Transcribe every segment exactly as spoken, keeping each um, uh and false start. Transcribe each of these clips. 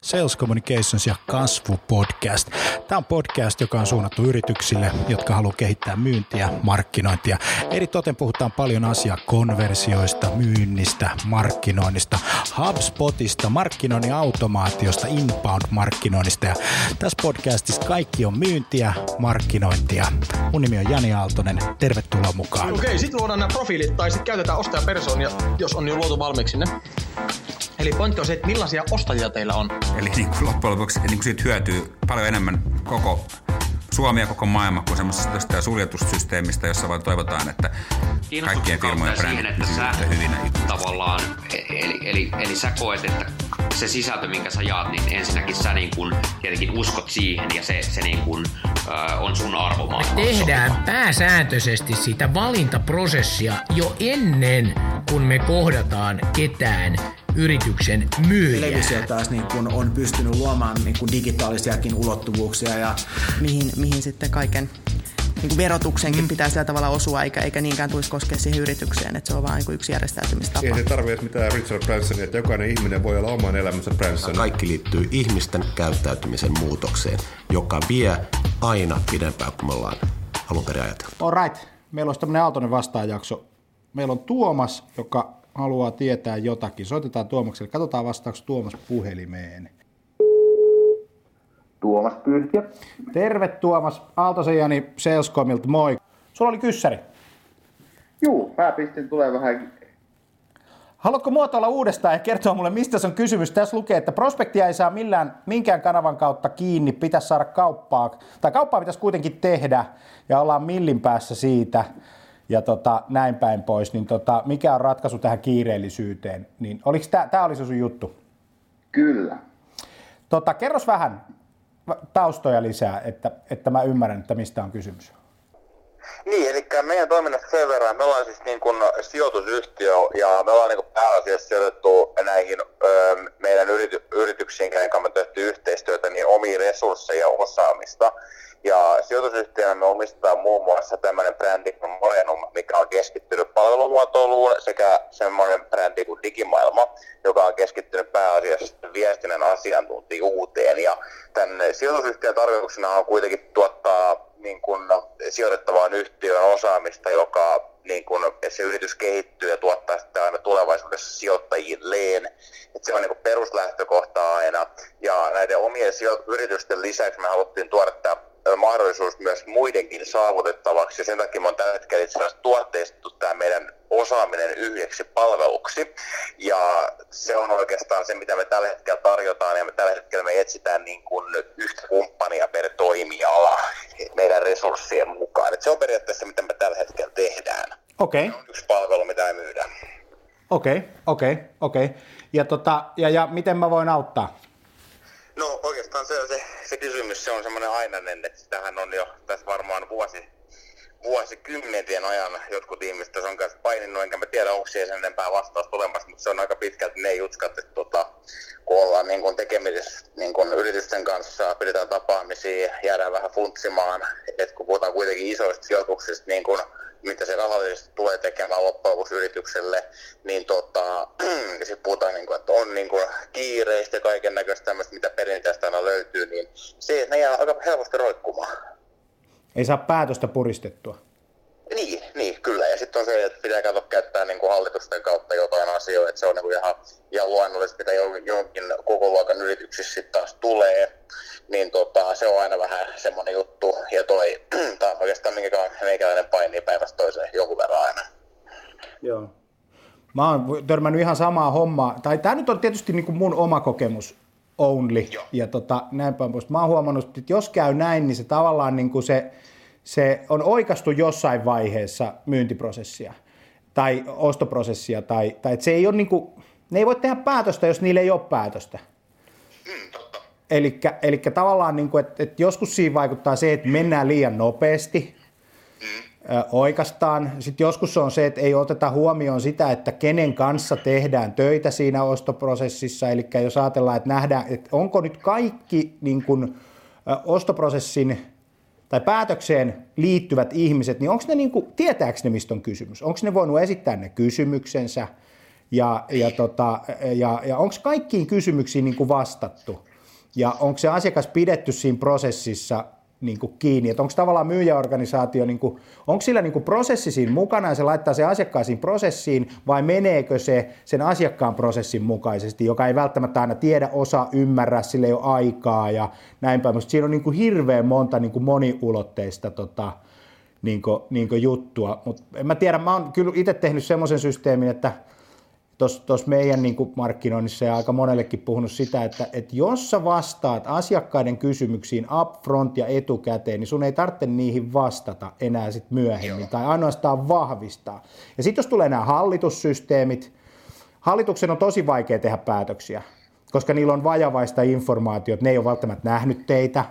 Sales Communications ja kasvupodcast. Tämä on podcast, joka on suunnattu yrityksille, jotka haluaa kehittää myyntiä, markkinointia. Eritoten puhutaan paljon asiaa konversioista, myynnistä, markkinoinnista, HubSpotista, markkinoinnin automaatiosta, inbound-markkinoinnista. Ja tässä podcastissa kaikki on myyntiä, markkinointia. Mun nimi on Jani Aaltonen. Tervetuloa mukaan. Okei, okay, sitten luodaan nämä profiilit tai sitten käytetään ostajapersoonia, jos on jo luotu valmiiksi ne. Eli pointti on se, että millaisia ostajia teillä on. Eli niin kuin loppujen lopuksi niin kuin siitä hyötyy paljon enemmän koko Suomi ja koko maailma kuin semmoisesta suljetussysteemistä, jossa vaan toivotaan, että kaikkien firmojen brändit pysyvät hyvinä. Tavallaan, eli, eli, eli sä koet, että se sisältö, minkä sä jaat, niin ensinnäkin sä niin kun tietenkin uskot siihen ja se, se niin kun, äh, on sun arvomaailma. Me tehdään pääsääntöisesti sitä valintaprosessia jo ennen, kun me kohdataan ketään yrityksen myyjää. Televisio taas niin kun on pystynyt luomaan niin kun digitaalisiakin ulottuvuuksia. Ja mihin, mihin sitten kaiken niin verotuksenkin mm. pitää sillä tavalla osua, eikä, eikä niinkään tulisi koskea siihen yritykseen, että se on vain niin yksi järjestäytymistapa. Ei se tarvitse mitään Richard Bransonia, että jokainen ihminen voi olla oman elämänsä Branson. Kaikki liittyy ihmisten käyttäytymisen muutokseen, joka vie aina pidempään kuin me ollaan alun perin ajateltu. All right. Meillä olisi tämmöinen Aaltonen vastaajakso. Meillä on Tuomas, joka haluaa tietää jotakin. Soitetaan Tuomakselle. Katsotaan vastaako Tuomas puhelimeen. Tuomas Pyhtiö. Terve Tuomas. Aaltosen Jani Salescomilta, moi. Sulla oli kyssäri. Juu, mä pistin tulee vähän. Haluatko muotoilla uudestaan ja kertoa mulle, mistä se on kysymys? Tässä lukee, että prospektia ei saa millään, minkään kanavan kautta kiinni, pitäisi saada kauppaa, tai kauppaa pitäisi kuitenkin tehdä, ja ollaan millin päässä siitä, ja tota, näin päin pois. Niin tota, mikä on ratkaisu tähän kiireellisyyteen? Niin, oliko tää, tää oli se sun juttu? Kyllä. Tota, kerros vähän taustoja lisää, että, että mä ymmärrän, että mistä on kysymys. Niin, eli meidän toiminnasta sen verran, me ollaan siis niin kuin sijoitusyhtiö ja me ollaan niin kuin pääasiassa sijoitettu näihin ö, meidän yrity, yrityksiin, kenen kanssa me tehty yhteistyötä, niin omia resursseja ja osaamista. Ja sijoitusyhtiönä me omistetaan muun muassa tämmöinen brändi kuin Morenum, mikä on keskittynyt palvelumuotoiluun, sekä semmoinen brändi kuin Digimaailma, joka on keskittynyt pääasiassa viestinnän asiantuntijuuteen. Ja tämän sijoitusyhtiön tarkoituksena on kuitenkin tuottaa niin kuin sijoitettavaan yhtiön osaamista, joka niin kuin, se yritys kehittyy ja tuottaa sitä aina tulevaisuudessa sijoittajilleen. Et se on niin kuin peruslähtökohta aina. Ja näiden omien sijo- yritysten lisäksi me haluttiin tuoda tämä mahdollisuus myös muidenkin saavutettavaksi. Ja sen takia me on tällä hetkellä itse asiassa tuotteistettu tämä meidän osaaminen yhdeksi palveluksi. Ja se on oikeastaan se, mitä me tällä hetkellä tarjotaan. Ja me tällä hetkellä me etsitään niin kuin yhtä kumppania per toimiala meidän resurssien mukaan. Et se on periaatteessa se, mitä me tällä hetkellä tehdään. Okei. Okay. Se on yksi palvelu, mitä me myydään. Okei, okay, okei, okay, okei. Okay. Ja, tota, ja, ja miten mä voin auttaa? No oikeastaan se, se, se kysymys, se on semmoinen ainainen, että sitähän on jo tässä varmaan vuosi, vuosikymmenten ajan jotkut ihmiset on kanssa paininut, enkä mä tiedä, onko siihen sen enempää vastausta olemassa, mutta se on aika pitkälti ne jutskat, että tota, kun ollaan niin kun tekemisissä niin kun yritysten kanssa, pidetään tapaamisia, jäädään vähän funtsimaan, että kun puhutaan kuitenkin isoista sijoituksista, niin kun, mitä se rahallisesti tulee tekemään loppujen lopuksi yritykselle, niin tota, sitten puhutaan, niin kun, että on niin kun kiireistä ja kaiken näköistä tämmöistä, mitä perinteistä aina löytyy, niin se, että ne jää aika helposti roikkumaan. Ei saa päätöstä puristettua. Niin, niin kyllä. Ja sitten on se, että pitää katsoa käyttää niin kuin hallitusten kautta jotain asioita, että se on niin kuin ihan, ihan luonnollista, mitä jonkin koko luokan yrityksissä sitten taas tulee. Niin tota, se on aina vähän semmoinen juttu. Ja toi, tämä on oikeastaan meikäläinen painii päivästä toiseen jonkun verran aina. Joo. Mä oon törmännyt ihan samaa hommaa. Tai tää nyt on tietysti niin kuin mun oma kokemus only. Joo. Ja tota, näin päin pois. Mä oon huomannut, että jos käy näin, niin se tavallaan niin kuin se, se on oikaistu jossain vaiheessa myyntiprosessia tai ostoprosessia. Tai, tai että se ei ole niin kuin, ne ei voi tehdä päätöstä, jos niillä ei ole päätöstä. Mm, totta. Elikkä, elikkä tavallaan, niin kuin, että, että joskus siinä vaikuttaa se, että mennään liian nopeasti. Mm. Oikastaan. Sitten joskus on se, että ei oteta huomioon sitä, että kenen kanssa tehdään töitä siinä ostoprosessissa. Eli jos ajatellaan, että nähdään, että onko nyt kaikki niin kuin, ostoprosessin tai päätökseen liittyvät ihmiset, niin onko ne niin kuin, tietääkö ne, mistä on kysymys? Onko ne voinut esittää ne kysymyksensä ja, ja, tota, ja, ja onko kaikkiin kysymyksiin niin kuin vastattu? ja onko se asiakas pidetty siinä prosessissa niin kuin kiinni, että onko tavallaan myyjäorganisaatio, niin kuin, onko sillä niin kuin prosessi siinä mukana ja se laittaa se asiakkaan siinä prosessiin vai meneekö se sen asiakkaan prosessin mukaisesti, joka ei välttämättä aina tiedä, osaa, ymmärrä, sillä ei ole aikaa ja näin päin, mutta siinä on niin kuin hirveän monta niin kuin moniulotteista tota, niin kuin, niin kuin juttua, mutta en mä tiedä, mä oon kyllä itse tehnyt semmoisen systeemin, että tuossa meidän niin kuin markkinoinnissa ja aika monellekin puhunut sitä, että, että jos sä vastaat asiakkaiden kysymyksiin upfront ja etukäteen, niin sun ei tarvitse niihin vastata enää sit myöhemmin tai ainoastaan vahvistaa. Ja sitten jos tulee nämä hallitussysteemit, hallituksen on tosi vaikea tehdä päätöksiä, koska niillä on vajavaista informaatiota, ne ei ole välttämättä nähnyt teitä,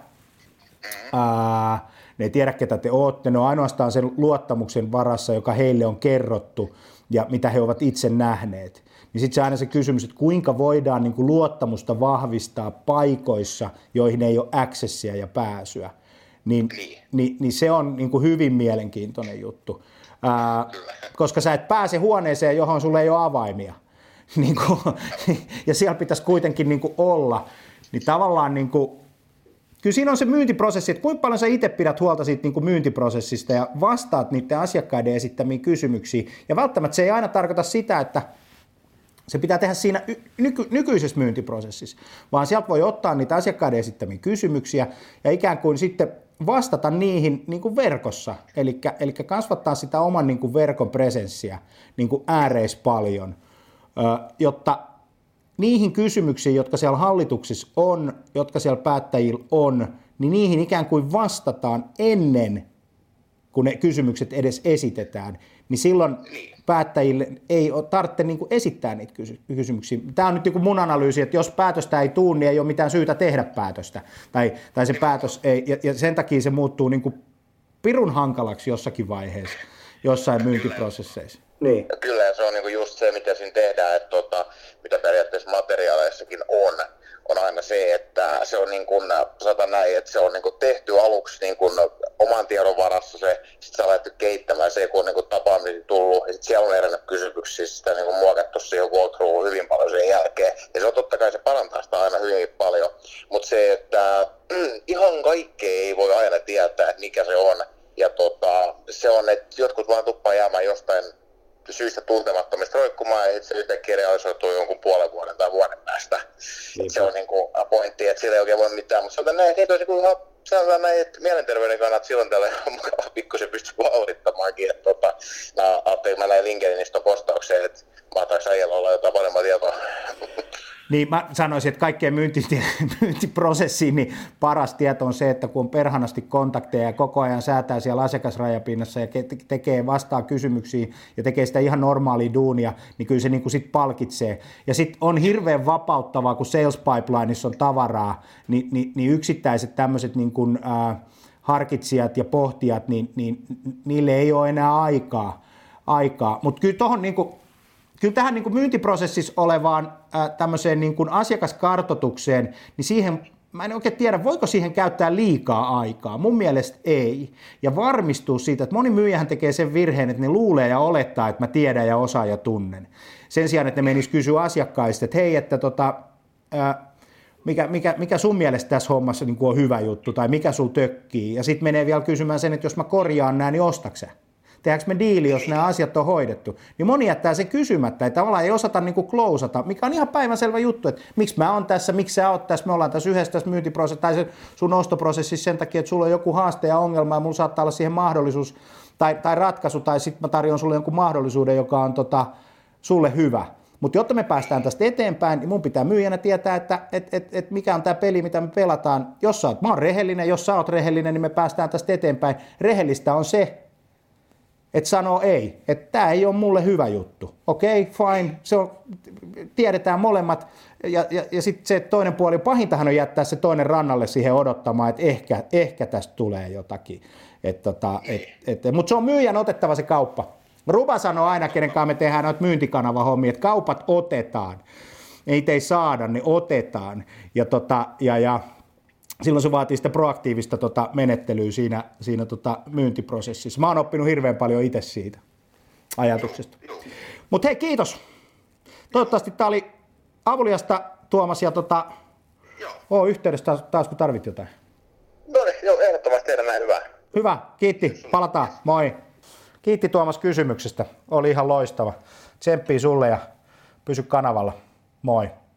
ää, ne ei tiedä ketä te ootte, ne on ainoastaan sen luottamuksen varassa, joka heille on kerrottu, ja mitä he ovat itse nähneet. Niin sitten se aina se kysymys, että kuinka voidaan niin kuin luottamusta vahvistaa paikoissa, joihin ei ole accessia ja pääsyä. Niin, niin, niin se on niin kuin hyvin mielenkiintoinen juttu. Ää, koska sä et pääse huoneeseen, johon sulle ei ole avaimia. Niin kuin, ja siellä pitäisi kuitenkin niin kuin olla. Niin tavallaan niin kuin, kyllä siinä on se myyntiprosessi, että kuinka paljon sä itse pidät huolta siitä niin kuin myyntiprosessista ja vastaat niiden asiakkaiden esittämiin kysymyksiin. Ja välttämättä se ei aina tarkoita sitä, että se pitää tehdä siinä nyky- nykyisessä myyntiprosessissa, vaan sieltä voi ottaa niitä asiakkaiden esittämiä kysymyksiä ja ikään kuin sitten vastata niihin niin kuin verkossa, eli, eli kasvattaa sitä oman niin kuin verkon presenssiä niin kuin ääreis paljon, jotta niihin kysymyksiin, jotka siellä hallituksissa on, jotka siellä päättäjillä on, niin niihin ikään kuin vastataan ennen kun ne kysymykset edes esitetään, niin silloin päättäjille ei ole tarvitse niin kuin esittää niitä kysymyksiä. Tämä on nyt niin kuin mun analyysi, että jos päätöstä ei tule, niin ei ole mitään syytä tehdä päätöstä. Tai, tai se päätös ei, ja, ja sen takia se muuttuu niin kuin pirun hankalaksi jossakin vaiheessa, jossain myyntiprosesseissa. Niin. Ja kyllä se on niinku just se, mitä siinä tehdään, että tota, mitä periaatteessa materiaaleissakin on, on aina se, että se on niin kuin, sanotaan näin, että se on niin kuin tehty aluksi niin kuin oman tiedon varassa se, sitten se on lähdetty kehittämään se, kun on niin tapaamisia tullut, ja sitten siellä on herännyt kysymyksiä, sitä niin kuin muokattu siihen walkthrough hyvin paljon sen jälkeen, ja se on totta kai se parantaa sitä aina hyvin paljon, mutta se, että mm, ihan kaikkea ei voi aina tietää, että mikä se on, ja tota, se on, että jotkut vaan tuppaa jäämään jostain syystä tuntemattomista roikkumaan ja sitten se yhtäkkiä realisoituu jonkun puolen vuoden tai vuoden päästä. Niinpä. Se on niinku pointti, että sillä ei oikein voi mitään, mutta sanotaan näin, että sanotaan näin, että mielenterveyden kannalta silloin tällä on mukava pikkusen pystyy vauhdittamaankin, että tota, mä ajattelin, että mä näin LinkedInistä postaukseen, että mahtaisi äijällä olla jotain parempaa tietoa. Niin mä sanoisin, että kaikkien myynti, myyntiprosessiin niin paras tieto on se, että kun on perhanasti kontakteja ja koko ajan säätää siellä asiakasrajapinnassa ja tekee vastaa kysymyksiin ja tekee sitä ihan normaalia duunia, niin kyllä se niin kuin sit palkitsee. Ja sitten on hirveän vapauttavaa, kun sales pipelineissa on tavaraa, niin, niin, niin yksittäiset tämmöiset niin kuin, äh, harkitsijat ja pohtijat, niin, niin niille ei ole enää aikaa. aikaa. Mutta kyllä tuohon niin kuin Kyllä tähän niin kuin myyntiprosessissa olevaan ää, tämmöiseen niin kuin asiakaskartoitukseen, niin siihen, mä en oikein tiedä, voiko siihen käyttää liikaa aikaa. Mun mielestä ei. Ja varmistuu siitä, että moni myyjähän tekee sen virheen, että ne luulee ja olettaa, että mä tiedän ja osaan ja tunnen. Sen sijaan, että ne menis kysyä asiakkaista, että hei, että tota, ää, mikä, mikä, mikä sun mielestä tässä hommassa niin kuin on hyvä juttu, tai mikä sul tökkii. Ja sitten menee vielä kysymään sen, että jos mä korjaan nää, niin ostaksä? Tehdäänkö me diili, jos nämä asiat on hoidettu? Niin moni jättää sen kysymättä, että tavallaan ei osata niin kuin klousata, mikä on ihan päivänselvä juttu, että miksi mä oon tässä, miksi sä oot tässä, me ollaan tässä yhdessä tässä myyntiprosessissa tai sun ostoprosessissa sen takia, että sulla on joku haaste ja ongelma ja mulla saattaa olla siihen mahdollisuus tai, tai ratkaisu tai sitten mä tarjoan sulle jonkun mahdollisuuden, joka on tota, sulle hyvä. Mutta jotta me päästään tästä eteenpäin, niin mun pitää myyjänä tietää, että et, et, et mikä on tämä peli, mitä me pelataan. Jos sä oot, mä oon rehellinen, jos sä oot rehellinen, niin me päästään tästä eteenpäin. Rehellistä on se, että sanoo ei, että tämä ei ole mulle hyvä juttu. Okei, okay, fine, se on, tiedetään molemmat. Ja, ja, ja sitten se toinen puoli, pahintahan on jättää se toinen rannalle siihen odottamaan, että ehkä, ehkä tästä tulee jotakin. Et, tota, et, et, mutta se on myyjän otettava se kauppa. Ruba sanoo aina, kenen kanssa me tehdään noita myyntikanavahommia, että kaupat otetaan. Niitä ei saada, ne otetaan. Ja, tota, ja, ja silloin se vaatii sitä proaktiivista tota, menettelyä siinä, siinä tota, myyntiprosessissa. Mä oon oppinut hirveän paljon itse siitä ajatuksesta. Mutta hei, kiitos. Toivottavasti tää oli avuliasta, Tuomas, ja tota, Joo. Oo yhteydessä taas, taas kun tarvit jotain. No niin, joo, ehdottomasti tehdä näin hyvää. Hyvä, kiitti. Palataan. Moi. Kiitti Tuomas kysymyksestä. Oli ihan loistava. Tsemppii sulle ja pysy kanavalla. Moi.